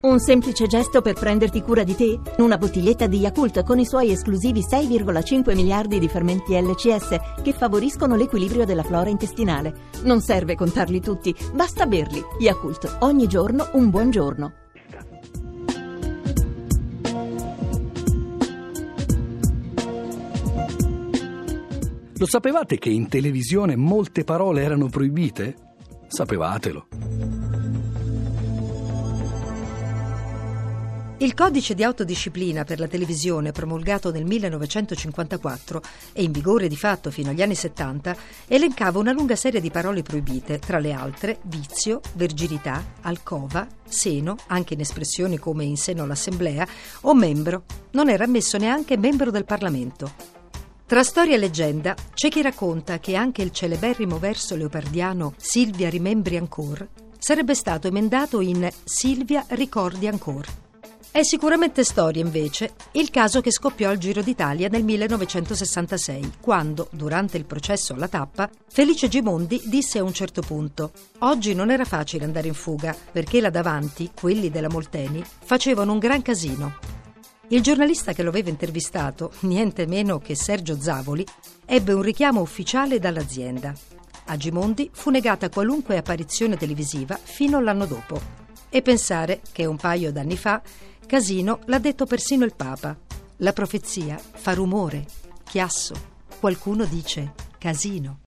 Un semplice gesto per prenderti cura di te? Una bottiglietta di Yakult con i suoi esclusivi 6,5 miliardi di fermenti LCS che favoriscono l'equilibrio della flora intestinale. Non serve contarli tutti, basta berli. Yakult, ogni giorno un buon giorno. Lo sapevate che in televisione molte parole erano proibite? Sapevatelo. Il codice di autodisciplina per la televisione, promulgato nel 1954 e in vigore di fatto fino agli anni 70, elencava una lunga serie di parole proibite, tra le altre vizio, verginità, alcova, seno, anche in espressioni come in seno all'assemblea, o membro. Non era ammesso neanche membro del Parlamento. Tra storia e leggenda c'è chi racconta che anche il celeberrimo verso leopardiano Silvia rimembri ancor sarebbe stato emendato in Silvia ricordi ancor. È sicuramente storia, invece, il caso che scoppiò al Giro d'Italia nel 1966, quando, durante il processo alla tappa, Felice Gimondi disse a un certo punto: «Oggi non era facile andare in fuga, perché là davanti, quelli della Molteni, facevano un gran casino». Il giornalista che lo aveva intervistato, niente meno che Sergio Zavoli, ebbe un richiamo ufficiale dall'azienda. A Gimondi fu negata qualunque apparizione televisiva fino all'anno dopo. E pensare che un paio d'anni fa casino l'ha detto persino il Papa. La profezia fa rumore, chiasso. Qualcuno dice casino.